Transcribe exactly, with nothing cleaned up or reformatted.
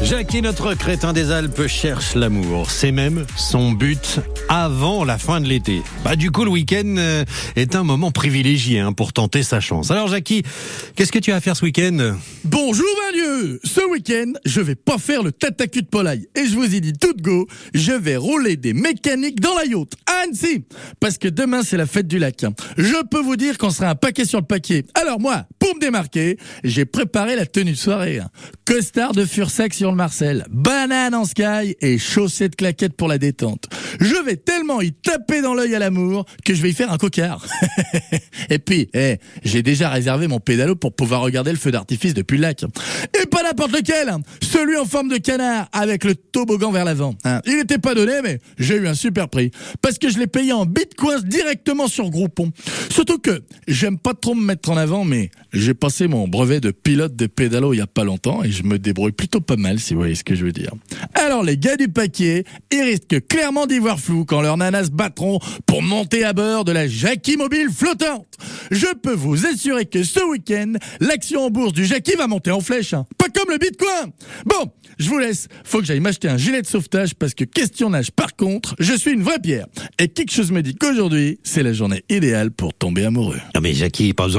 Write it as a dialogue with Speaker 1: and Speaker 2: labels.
Speaker 1: Jackie, notre crétin des Alpes, cherche l'amour. C'est même son but avant la fin de l'été. Bah, du coup, le week-end euh, est un moment privilégié hein, pour tenter sa chance. Alors, Jackie, qu'est-ce que tu vas à faire ce week-end ?
Speaker 2: Bonjour Manu. Ce week-end, je vais pas faire le tatacu de Polaï. Et je vous ai dit tout go, je vais rouler des mécaniques dans la yacht à Annecy. Parce que demain, c'est la fête du lac. Je peux vous dire qu'on sera un paquet sur le paquet. Alors moi, pour me démarquer, j'ai préparé la tenue de soirée. Costard de Fursac sur le Marcel, banane en sky et chaussettes claquettes pour la détente. Je vais tellement y taper dans l'œil à l'amour que je vais y faire un cocard. Et puis, eh, j'ai déjà réservé mon pédalo pour pouvoir regarder le feu d'artifice depuis le lac. Et pas n'importe lequel, celui en forme de canard avec le toboggan vers l'avant. Hein. Il n'était pas donné, mais j'ai eu un super prix. Parce que je l'ai payé en bitcoins directement sur Groupon. Surtout que j'aime pas trop me mettre en avant, mais j'ai passé mon brevet de pilote de pédalo il y a pas longtemps et je me débrouille plutôt pas mal, si vous voyez ce que je veux dire. Alors les gars du paquet, ils risquent clairement d'y voir flou quand leurs nanas se battront pour monter à bord de la Jackie Mobile flottante. Je peux vous assurer que ce week-end, l'action en bourse du Jackie va monter en flèche. Hein. Pas comme le Bitcoin. Bon, je vous laisse. Faut que j'aille m'acheter un gilet de sauvetage parce que question nage, par contre, je suis une vraie pierre. Et quelque chose me dit qu'aujourd'hui, c'est la journée idéale pour tomber amoureux.
Speaker 1: Non mais Jackie, pas besoin